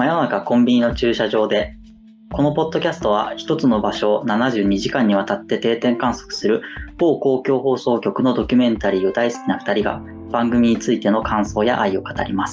真夜中コンビニの駐車場で。このポッドキャストは一つの場所を72時間にわたって定点観測する某公共放送局のドキュメンタリーを大好きな2人が番組についての感想や愛を語ります。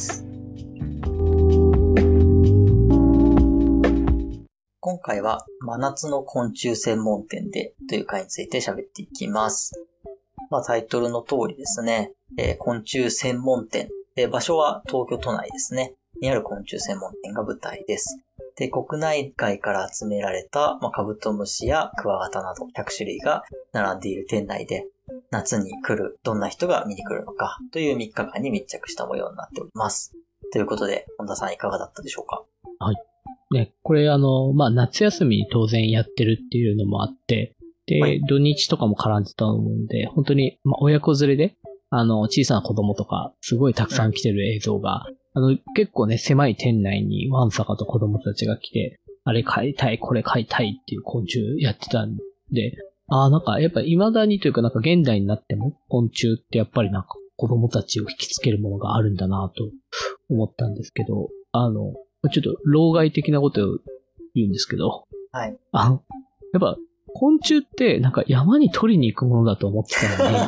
今回は真夏の昆虫専門店でという回について喋っていきます。タイトルの通りですね、昆虫専門店で、場所は東京都内ですねにある昆虫専門店が舞台です。で、国内外から集められた、カブトムシやクワガタなど100種類が並んでいる店内で、夏に来る、どんな人が見に来るのかという3日間に密着した模様になっております。ということで、本田さんいかがだったでしょうか？ はい。ね、これ夏休みに当然やってるっていうのもあって、で、はい、土日とかも絡んでたと思うんで、本当に、親子連れで、小さな子供とか、すごいたくさん来てる映像が、結構ね、狭い店内にワンサカと子供たちが来て、あれ買いたい、これ買いたいっていう昆虫やってたんで、やっぱ未だにというか現代になっても昆虫ってやっぱり子供たちを引きつけるものがあるんだなと思ったんですけど、ちょっと老害的なことを言うんですけど、 はい。 やっぱ昆虫って山に取りに行くものだと思ってたのに、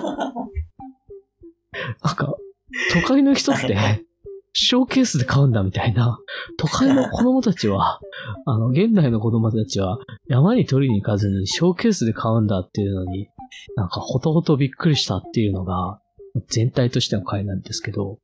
都会の人って、ショーケースで買うんだみたいな。都会の子供たちは、現代の子供たちは山に取りに行かずにショーケースで買うんだっていうのに、ほとほとびっくりしたっていうのが、全体としての回なんですけど、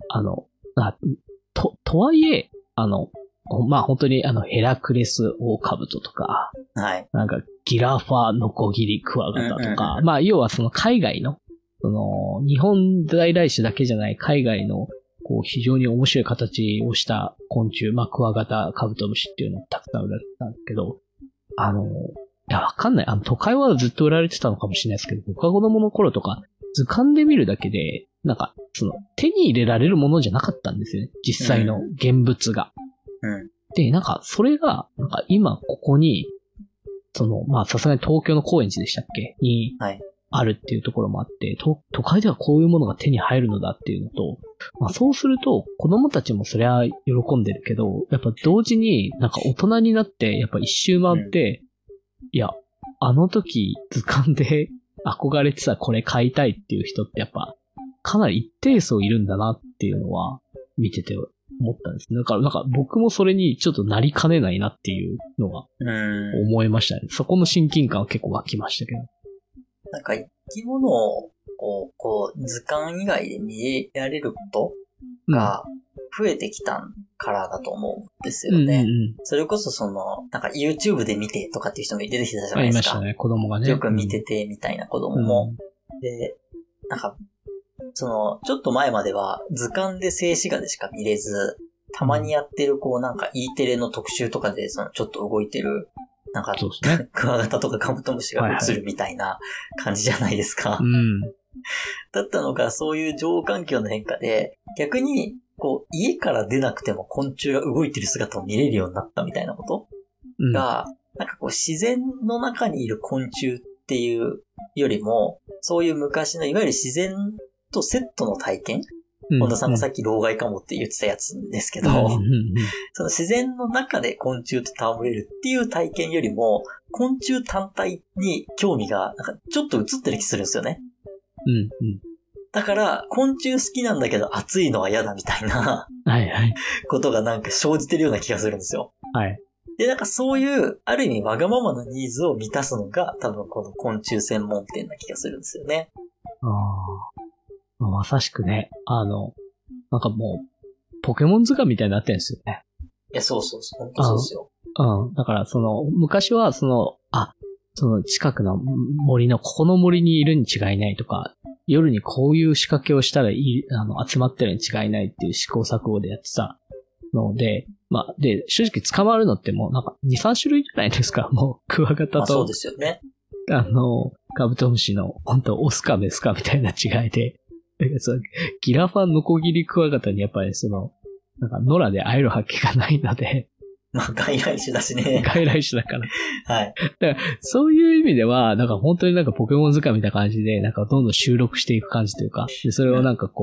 とはいえ、本当にヘラクレスオオカブトとか、 はい。 ギラファノコギリクワガタとか、要は海外の、日本在来種だけじゃない海外の、非常に面白い形をした昆虫、クワガタ、カブトムシっていうのをたくさん売られてたんですけど、わかんない。都会はずっと売られてたのかもしれないですけど、僕は子供の頃とか、図鑑で見るだけで、手に入れられるものじゃなかったんですよね。実際の現物が。で、それが、今ここに、さすがに東京の高円寺でしたっけに、あるっていうところもあって、都会ではこういうものが手に入るのだっていうのと、そうすると子供たちもそりゃ喜んでるけど、やっぱ同時に大人になってやっぱ一周回って、いや、あの時図鑑で憧れてたこれ買いたいっていう人ってやっぱかなり一定数いるんだなっていうのは見てて思ったんですね。だから僕もそれにちょっとなりかねないなっていうのが思いましたね。そこの親近感は結構湧きましたけど。 生き物を図鑑以外で見られることが増えてきたからだと思うんですよね。それこそYouTube で見てとかっていう人も出てきたじゃないですか。 いましたね、子供がね。 よく見ててみたいな子供も。で、ちょっと前までは図鑑で静止画でしか見れず、たまにやってるE テレの特集とかでちょっと動いてるそうですね、 クワガタとかカブトムシが映るみたいな感じじゃないですか。だったのが、そういう情報環境の変化で、逆に、家から出なくても昆虫が動いてる姿を見れるようになったみたいなことが、自然の中にいる昆虫っていうよりも、そういう昔のいわゆる自然とセットの体験、本田さんがさっき老害かもって言ってたやつですけど、その自然の中で昆虫と戯れるっていう体験よりも、昆虫単体に興味がちょっと移ってる気するんですよね。だから、昆虫好きなんだけど暑いのは嫌だみたいなことが生じてるような気がするんですよ。で、そういう、ある意味わがままなニーズを満たすのが多分この昆虫専門店な気がするんですよね。 まさしくね、もう、ポケモン図鑑みたいになってるんですよね。 いや、そうそうそう、本当そうですよ。 だから昔は近くの森の、ここの森にいるに違いないとか、夜にこういう仕掛けをしたら集まってるに違いないっていう試行錯誤でやってたので、で、正直捕まるのってもう2、3種類じゃないですか、もう、クワガタと。 そうですよね。 カブトムシの、本当オスかメスかみたいな違いで、ギラファンノコギリクワガタにやっぱり野良で会えるわけがないので、 外来種だしね。 外来種だから。 はい。 だからそういう意味では、本当にポケモン図鑑みたいな感じで、どんどん収録していく感じというか、でそれを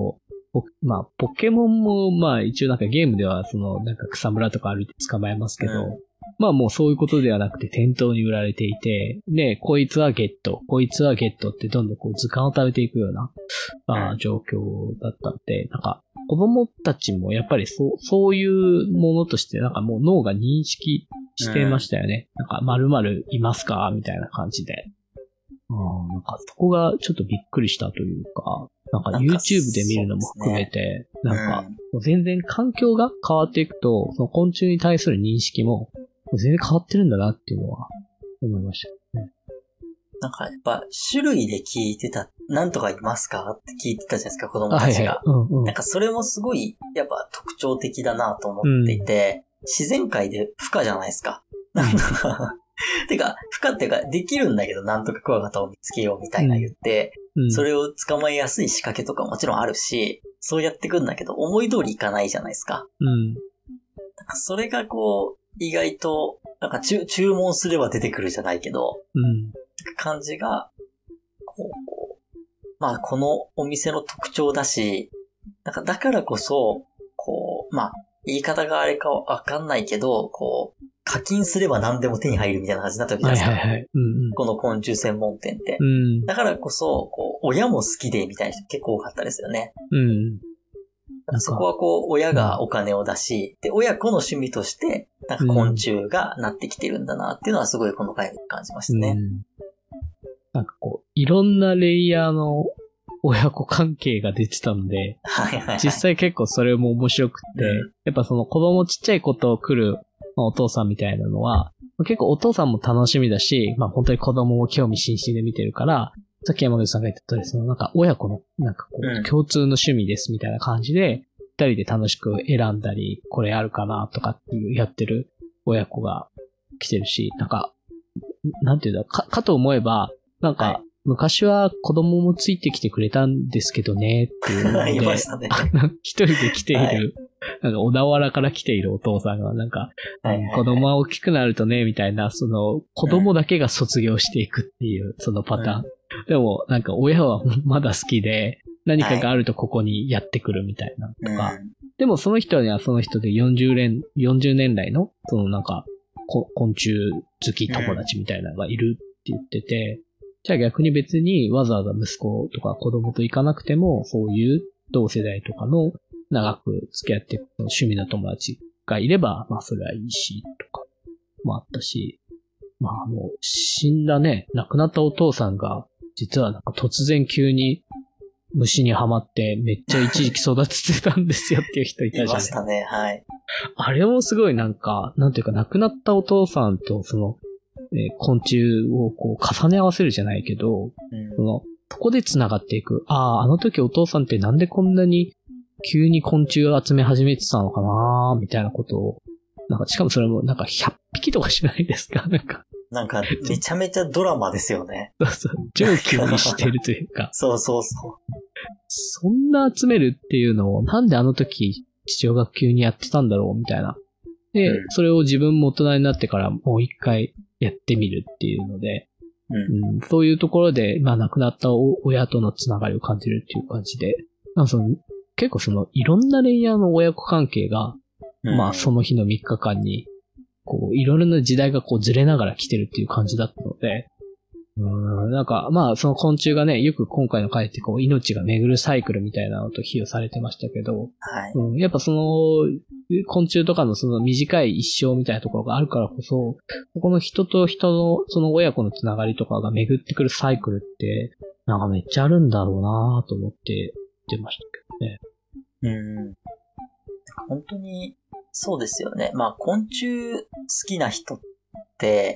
まあ、ポケモンも、まあ、一応なんかゲームでは、なんか草むらとか歩いて捕まえますけど、まあもうそういうことではなくて店頭に売られていて、で、こいつはゲット、こいつはゲットってどんどんこう図鑑を食べていくような、状況だったんで、なんか子供たちもやっぱりそういうものとしてなんかもう脳が認識してましたよね。なんか〇〇いますかみたいな感じで。なんかそこがちょっとびっくりしたというか、なんか YouTube で見るのも含めて、なんか全然環境が変わっていくと、その昆虫に対する認識も全然変わってるんだなっていうのは思いましたね。 なんかやっぱ種類で聞いてた、なんとかいますかって聞いてたじゃないですか、子供たちが。なんかそれもすごいやっぱ特徴的だなと思っていて、自然界で不可じゃないですか。なんとかてか、不可っていうか、できるんだけど、なんとかクワガタを見つけようみたいな言って、それを捕まえやすい仕掛けとかもちろんあるし、そうやってくんだけど、思い通りいかないじゃないですか。なんかそれがこう、意外と、なんか注文すれば出てくるじゃないけど、感じが、こう、まあこのお店の特徴だし、なんかだからこそ、こう、まあ、言い方があれかわかんないけど、こう、課金すれば何でも手に入るみたいな感じになったわけじゃないですか。この昆虫専門店って。だからこそ、こう、親も好きでみたいな人結構多かったですよね。そこはこう、親がお金を出し、で、親子の趣味として、なんか昆虫がなってきてるんだなっていうのはすごいこの回に感じましたね。 なんかこう、いろんなレイヤーの親子関係が出てたので、実際結構それも面白くって、やっぱその子供ちっちゃい子と来るお父さんみたいなのは、結構お父さんも楽しみだし、まあ本当に子供も興味津々で見てるから、さっき山口さんが言った通り、そのなんか親子のなんかこう共通の趣味ですみたいな感じで、二人で楽しく選んだり、これあるかなとかっていうやってる親子が来てるし、なんか、なんていうんだかと思えば、なんか、昔は子供もついてきてくれたんですけどね、っていうので、一人で来ている、なんか小田原から来ているお父さんが、なんか、子供は大きくなるとね、みたいな、その、子供だけが卒業していくっていう、そのパターン。でも、なんか親はまだ好きで、何かがあるとここにやってくるみたいなとか。でもその人にはその人で40年来の、そのなんか、昆虫好き友達みたいなのがいるって言ってて、じゃあ逆に別にわざわざ息子とか子供と行かなくても、そういう同世代とかの長く付き合っていく趣味の友達がいれば、まあそれはいいし、とかもあったし、まあ死んだね、亡くなったお父さんが、実はなんか突然急に虫にはまってめっちゃ一時期育ててたんですよっていう人いたじゃない。 いましたね、はい。 あれもすごいなんか、なんていうか亡くなったお父さんとその、昆虫をこう重ね合わせるじゃないけど、そこで繋がっていく。あの時お父さんってなんでこんなに急に昆虫を集め始めてたのかなみたいなことを、なんかしかもそれもなんか100匹とかしないですかなんかめちゃめちゃドラマですよね。 そうそう。上級にしてるというか。 そう。 そんな集めるっていうのをなんであの時父親が急にやってたんだろうみたいな。で、それを自分も大人になってからもう一回やってみるっていうので、そういうところで、まあ亡くなった親とのつながりを感じるっていう感じで、結構そのいろんなレイヤーの親子関係が、まあその日の3日間に、こういろいろな時代がこうずれながら来てるっていう感じだったので、なんかまあその昆虫がね、よく今回の回ってこう命が巡るサイクルみたいなのと比喩されてましたけど、やっぱその昆虫とかのその短い一生みたいなところがあるからこそ、この人と人のその親子のつながりとかが巡ってくるサイクルって、なんかめっちゃあるんだろうなと思って出ましたけどね。 本当にそうですよね。まあ昆虫好きな人って、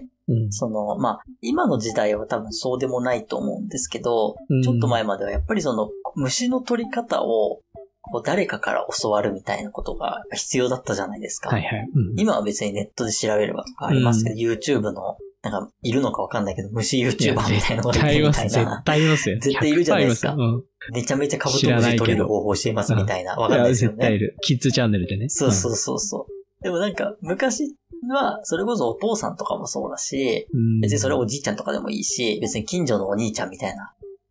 まあ今の時代は多分そうでもないと思うんですけど、ちょっと前まではやっぱりその虫の取り方をこう誰かから教わるみたいなことが必要だったじゃないですか。今は別にネットで調べればとかありますけど、YouTube のなんかいるのかわかんないけど虫 YouTuber みたいなのがいるみたいな。 絶対いますよ。 絶対いるじゃないですか。めちゃめちゃカブトムシ取れる方法教えますみたいな。わかんないですよね。 絶対いる。キッズチャンネルでね。 そう。でもなんか昔はそれこそお父さんとかもそうだし、別にそれおじいちゃんとかでもいいし、別に近所のお兄ちゃんみたいな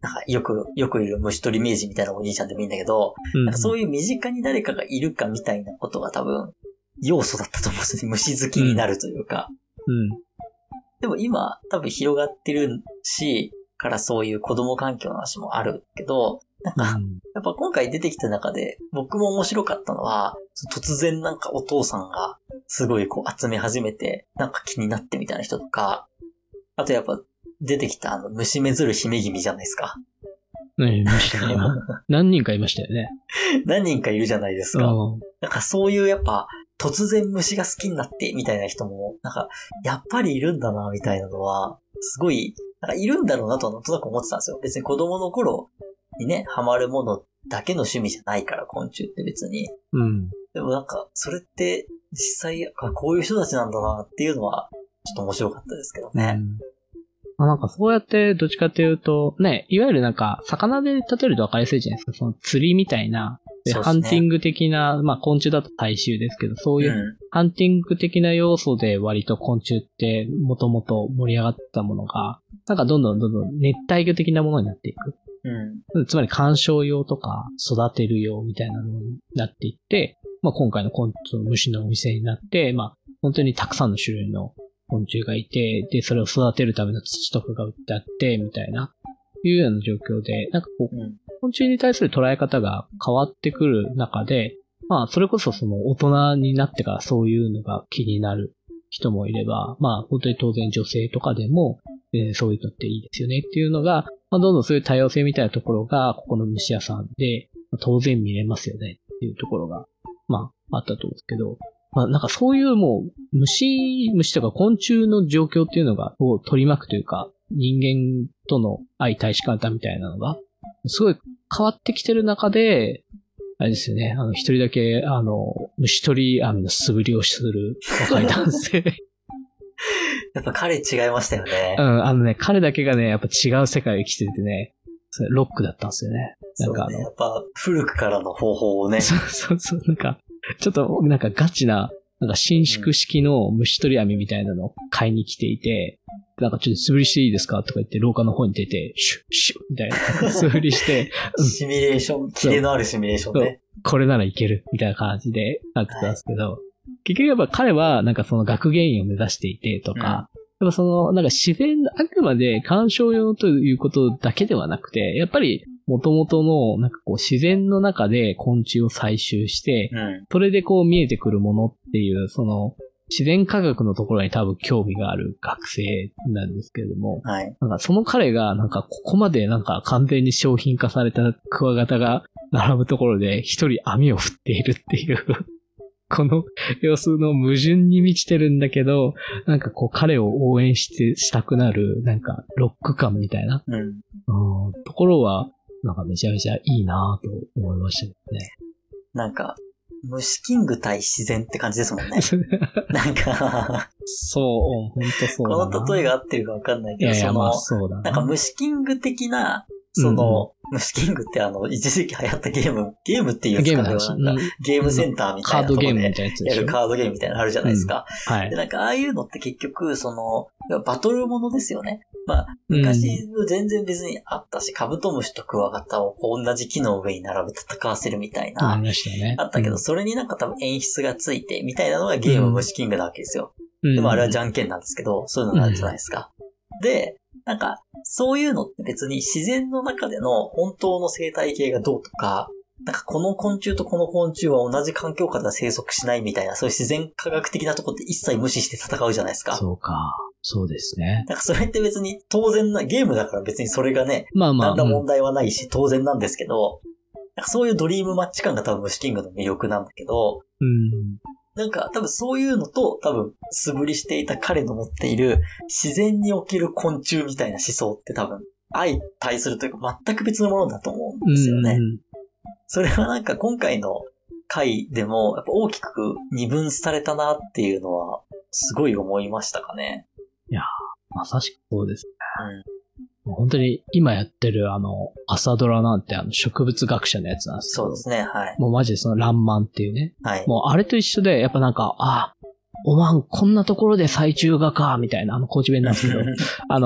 なんかよくいる虫取り名人みたいなおじいちゃんでもいいんだけど、なんかそういう身近に誰かがいるかみたいなことが多分、要素だったと思うんですよね。虫好きになるというか。でも今、多分広がってるし、からそういう子供環境の話もあるけど、なんか、やっぱ今回出てきた中で、僕も面白かったのは、突然なんかお父さんが、すごいこう集め始めて、なんか気になってみたいな人とか、あとやっぱ出てきた虫めずる姫君じゃないですか。 いましたね。何人かいましたよね。 何人かいるじゃないですか。なんかそういうやっぱ、突然虫が好きになってみたいな人も、なんか、やっぱりいるんだな、みたいなのは、すごい、なんかいるんだろうなとはなんとなく思ってたんですよ。別に子供の頃にね、ハマるものだけの趣味じゃないから、昆虫って別に。でもなんか、それって、実際、こういう人たちなんだなっていうのは、ちょっと面白かったですけどね。 なんかそうやってどっちかというと、ね、いわゆるなんか、魚で例えると分かりやすいじゃないですか。その釣りみたいな、ハンティング的な、まあ昆虫だと大衆ですけど、そういうハンティング的な要素で割と昆虫ってもともと盛り上がったものが、なんかどんどん熱帯魚的なものになっていく。つまり観賞用とか育てる用みたいなのになっていって、まあ今回の虫のお店になって、まあ本当にたくさんの種類の昆虫がいて、で、それを育てるための土とかが売ってあって、みたいな、いうような状況で、なんかこう、昆虫に対する捉え方が変わってくる中で、まあ、それこそその大人になってからそういうのが気になる人もいれば、まあ、本当に当然女性とかでも、そういうのっていいですよねっていうのが、まあ、どんどんそういう多様性みたいなところが、ここの虫屋さんで、当然見れますよねっていうところが、まあ、あったと思うんですけど、まあなんかそういうもう虫とか昆虫の状況っていうのがを取り巻くというか人間との相対し方みたいなのがすごい変わってきてる中で、あれですよね、一人だけ虫取り網の素振りをする若い男性。 やっぱ彼違いましたよね。 彼だけがね、やっぱ違う世界を生きててね、ロックだったんですよね。なんかやっぱ古くからの方法をね。 そう、なんか、ちょっとなんかガチな、なんか伸縮式の虫取り網みたいなのを買いに来ていて、なんかちょっと素振りしていいですかとか言って廊下の方に出て、シュッシュッみたいな素振りして、 シミュレーション、キレのあるシミュレーションね。 これならいけるみたいな感じでなってたんですけど、結局やっぱ彼はなんかその学芸員を目指していてとか、やっぱそのなんか自然、あくまで鑑賞用ということだけではなくて、やっぱり元々のなんかこう自然の中で昆虫を採集して、それでこう見えてくるものっていうその自然科学のところに多分興味がある学生なんですけれども、なんかその彼がなんかここまでなんか完全に商品化されたクワガタが並ぶところで一人網を振っているっていうこの様子の矛盾に満ちてるんだけど、なんかこう彼を応援したくなるなんかロック感みたいな、ところはなんかめちゃめちゃいいなぁと思いましたね。 なんか虫キング対自然って感じですもんね。なんかそう、本当そうだな。 この例えが合ってるかわかんないけど、 まあそうだな。 なんか虫キング的な、虫キングって一時期流行ったゲームっていうんですかね。ゲームセンターみたいなところでやるカードゲームみたいなのあるじゃないですか。で、なんかああいうのって結局、バトルものですよね。まあ、昔全然別にあったし、カブトムシとクワガタを同じ木の上に並べて戦わせるみたいな。あったけど、それになんか多分演出がついて、みたいなのがゲーム虫キングなわけですよ。でもあれはじゃんけんなんですけど、そういうのがあるじゃないですか。で、なんか、そういうのって別に自然の中での本当の生態系がどうとか、なんかこの昆虫とこの昆虫は同じ環境下では生息しないみたいな、そういう自然科学的なところって一切無視して戦うじゃないですか。 そうか。そうですね。 なんかそれって別に当然な、ゲームだから別にそれがね、なんだ問題はないし当然なんですけど、なんかそういうドリームマッチ感が多分虫キングの魅力なんだけど、なんか多分そういうのと多分素振りしていた彼の持っている自然における昆虫みたいな思想って多分相対するというか全く別のものだと思うんですよね。それはなんか今回の回でもやっぱ大きく二分されたなっていうのはすごい思いましたかね。 いや、まさしくそうですね。本当に今やってる朝ドラなんて植物学者のやつなんですけど。 そうですね、はい。 もうマジでそのランマンっていうね。 はい。 もうあれと一緒で、やっぱなんか、おまんこんなところで最中画か、みたいな、高知弁なんですけど、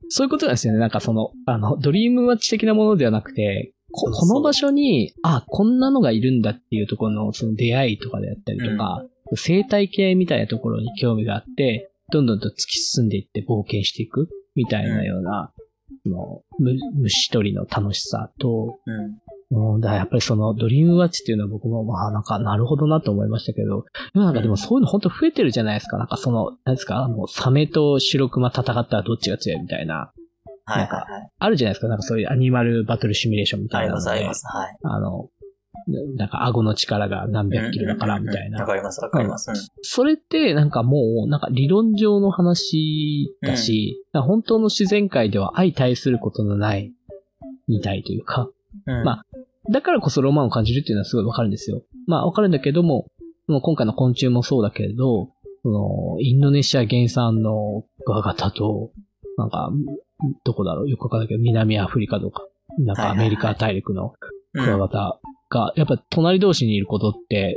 そういうことなんですよね。なんかドリームマッチ的なものではなくて、この場所に、こんなのがいるんだっていうところのその出会いとかであったりとか、生態系みたいなところに興味があって、どんどんと突き進んでいって冒険していくみたいなような、虫取りの楽しさと、だからやっぱりそのドリームマッチっていうのは僕もなんかなるほどなと思いましたけど、今なんかでもそういうの本当増えてるじゃないですか。なんか何ですか、サメと白クマ戦ったらどっちが強いみたいな。なんか、あるじゃないですか。なんかそういうアニマルバトルシミュレーションみたいなので。 あります、はい。 なんか顎の力が何百キロだからみたいな。 わかります。 それってなんかもう、なんか理論上の話だし、本当の自然界では相対することのないみたいというか、だからこそロマンを感じるっていうのはすごいわかるんですよ。わかるんだけども、今回の昆虫もそうだけれど、インドネシア原産のクワガタと、なんか、どこだろうよくわかんないけど、南アフリカとか、なんかアメリカ大陸のクワガタが、やっぱ隣同士にいることって、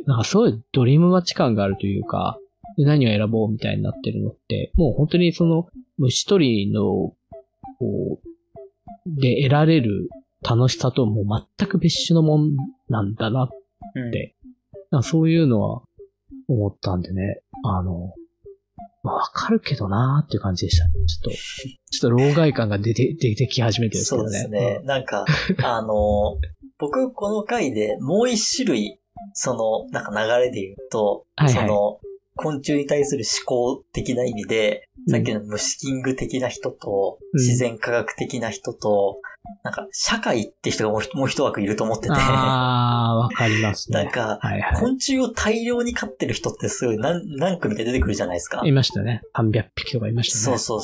なんかすごいドリームマッチ感があるというか、で何を選ぼうみたいになってるのって、もう本当に虫取りの、で得られる楽しさともう全く別種のもんなんだなって、そういうのは思ったんでね、わかるけどなーっていう感じでした。ちょっと老害感が出てき始めてるんですけどね。 そうですね。なんか、僕この回でもう一種類、なんか流れで言うと、昆虫に対する思考的な意味で、さっきの虫キング的な人と、自然科学的な人と、なんか、社会って人がもう一枠いると思ってて。 わかりますね。 なんか、昆虫を大量に飼ってる人ってすごい何組か出てくるじゃないですか。 いましたね。300匹とかいましたね。 そう。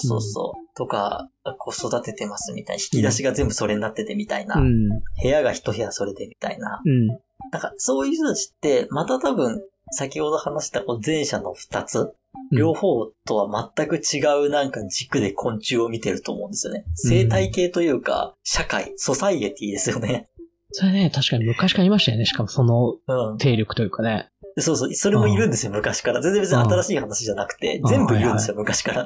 とか、育ててますみたいな。引き出しが全部それになっててみたいな。部屋が一部屋それでみたいな。なんか、そういう人たちって、また多分、先ほど話した前者の2つ、両方とは全く違うなんか軸で昆虫を見てると思うんですよね。生態系というか、社会、ソサイエティですよね。 それね、確かに昔からいましたよね。しかもその、勢力というかね。 そう、それもいるんですよ、昔から。全然別に新しい話じゃなくて、全部いるんですよ、昔から。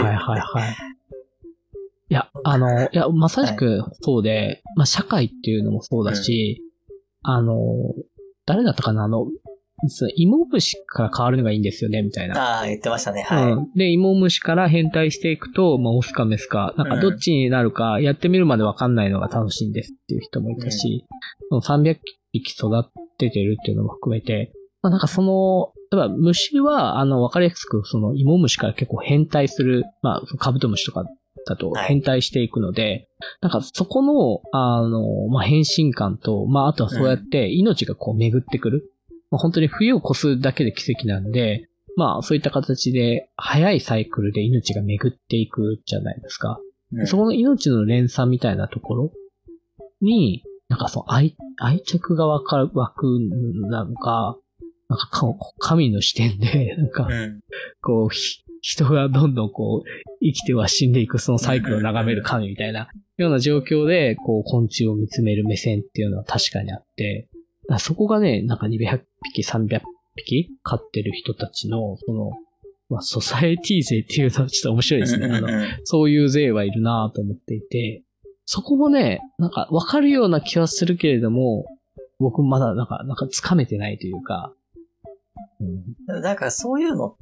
いや、まさしくそうで、社会っていうのもそうだし、誰だったかな、芋虫から変わるのがいいんですよね、みたいな。 言ってましたね。はい。 で、芋虫から変態していくと、オスかメスか、なんかどっちになるかやってみるまでわかんないのが楽しいんですっていう人もいたし、300匹育ててるっていうのも含めて、なんか例えば虫は、わかりやすく、芋虫から結構変態する、カブトムシとかだと変態していくので、なんかそこの、変身感と、あとはそうやって命がこう巡ってくる。本当に冬を越すだけで奇跡なんで、そういった形で早いサイクルで命が巡っていくじゃないですか。そこの命の連鎖みたいなところに、なんか愛着が湧くなのか、なんか神の視点で、なんか、こう、人がどんどんこう、生きては死んでいくそのサイクルを眺める神みたいなような状況で、こう、昆虫を見つめる目線っていうのは確かにあって、そこがね、なんか200匹、300匹飼ってる人たちの、ソサエティ勢っていうのはちょっと面白いですね。そういう勢はいるなと思っていて、そこもね、なんかわかるような気はするけれども、僕まだなんかつかめてないというか。 だからそういうのって、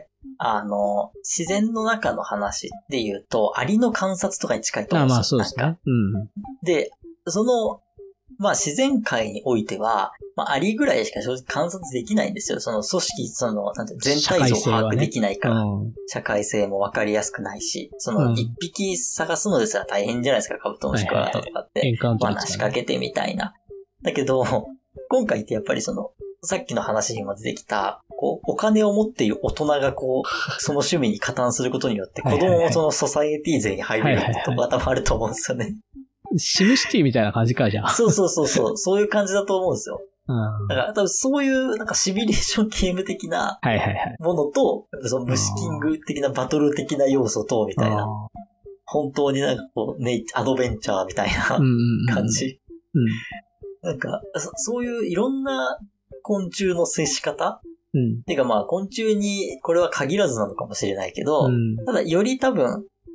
自然の中の話で言うと、アリの観察とかに近いと思うんですよ。 そうですね。 で、自然界においては、アリぐらいしか正直観察できないんですよ。その組織、全体像を把握できないから。社会性も分かりやすくないし、一匹探すのですら大変じゃないですか、カブトムシクワガタとかって。罠仕掛けてみたいな。だけど、今回ってやっぱりさっきの話にも出てきた、お金を持っている大人がその趣味に加担することによって、子供もそのソサイエティ勢に入れるってとこが多分あると思うんですよね。 シムシティみたいな感じか、じゃあ。 そう。そういう感じだと思うんですよ。だから多分そういうなんかシミュレーションゲーム的なものと、その虫キング的なバトル的な要素と、みたいな。本当になんかアドベンチャーみたいな感じ。なんか、そういういろんな昆虫の接し方てか昆虫にこれは限らずなのかもしれないけど、ただより多分、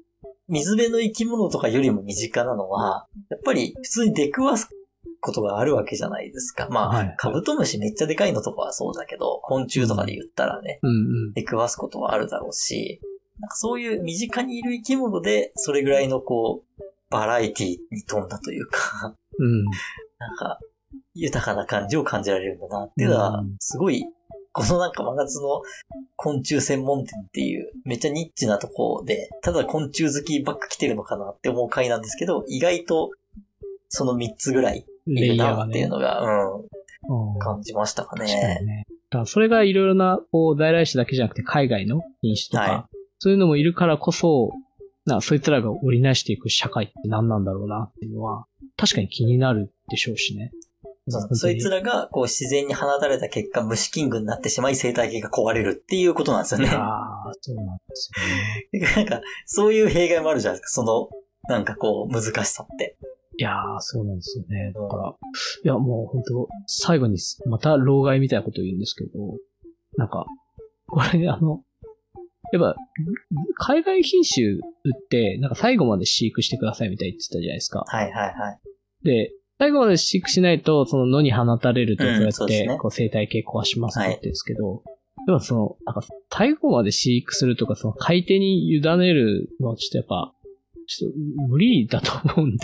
水辺の生き物とかよりも身近なのは、やっぱり普通に出くわすことがあるわけじゃないですか。まあ、はい、カブトムシめっちゃでかいのとかはそうだけど、昆虫とかで言ったらね、出くわすことはあるだろうし、なんかそういう身近にいる生き物で、それぐらいのこう、バラエティに富んだというか、なんか、豊かな感じを感じられるんだなっていうのは、すごい、このなんか真夏の昆虫専門店っていう、めっちゃニッチなとこで、ただ昆虫好きばっか来てるのかなって思う回なんですけど、意外と、その3つぐらいいるなっていうのが、感じましたかね。 確かにね。だからそれがいろいろな、こう、在来種だけじゃなくて海外の品種とか、はい、そういうのもいるからこそ、そいつらが織りなしていく社会って何なんだろうなっていうのは、確かに気になるでしょうしね。 そいつらがこう自然に放たれた結果、虫キングになってしまい生態系が壊れるっていうことなんですよね。 ああ、そうなんですよね。 なんか、そういう弊害もあるじゃないですか、その、なんかこう、難しさって。 いやー、そうなんですよね。だから、いや、もう本当最後にまた老害みたいなことを言うんですけど、なんか、これやっぱ、海外品種売って、なんか最後まで飼育してくださいみたいに言ってたじゃないですか。 はいはいはい。 で、最後まで飼育しないと、その野に放たれると、そうやって、こう生態系壊しますって言ってるんですけど、でもその、なんか、最後まで飼育するとか、その買い手に委ねるのはちょっとやっぱ、ちょっと無理だと思うんで、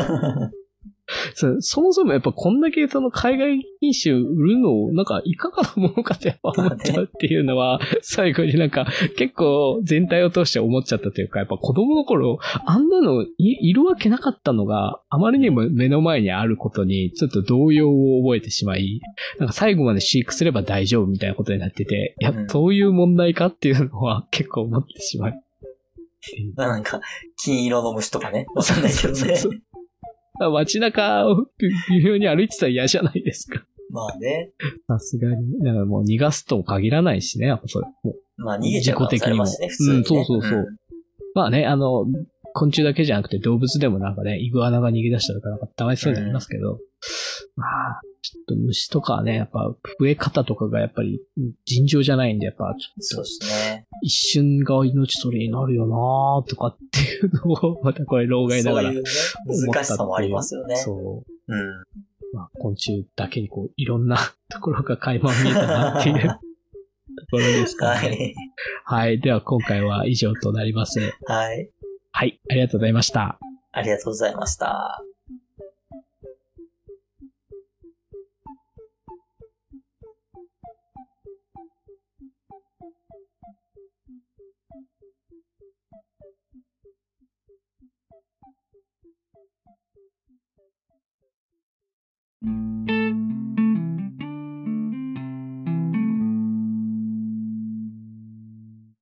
そもそもやっぱこんだけその海外品種売るのをなんかいかがなものかってやっぱ思っちゃうっていうのは、最後になんか結構全体を通して思っちゃったというか、やっぱ子供の頃あんなのいるわけなかったのがあまりにも目の前にあることにちょっと動揺を覚えてしまい、なんか最後まで飼育すれば大丈夫みたいなことになってて、いや、そういう問題かっていうのは結構思ってしまう。 なんか金色の虫とかね、わかんないけどね。そう街中を微妙に歩いてたら嫌じゃないですか。 まあね。 さすがに。だからもう逃がすとも限らないしね、やっぱそれ。もうまあ逃げちゃう可能性ありますしね、普通に、ね。 そうそうそう。まあね、昆虫だけじゃなくて動物でもなんかね、イグアナが逃げ出したとかなんかたまにそういうのありますけど、まあ、ちょっと虫とかはね、やっぱ増え方とかがやっぱり尋常じゃないんで、やっぱちょっと。 そうですね。 一瞬が命取りになるよなーとかっていうのを、またこれ老害ながら。 そういうね、難しさもありますよね。 そう。まあ、昆虫だけにこう、いろんなところが垣間見えたなっていうところですかね。はい。はい。では今回は以上となります。 はい。 はい。ありがとうございました。 ありがとうございました。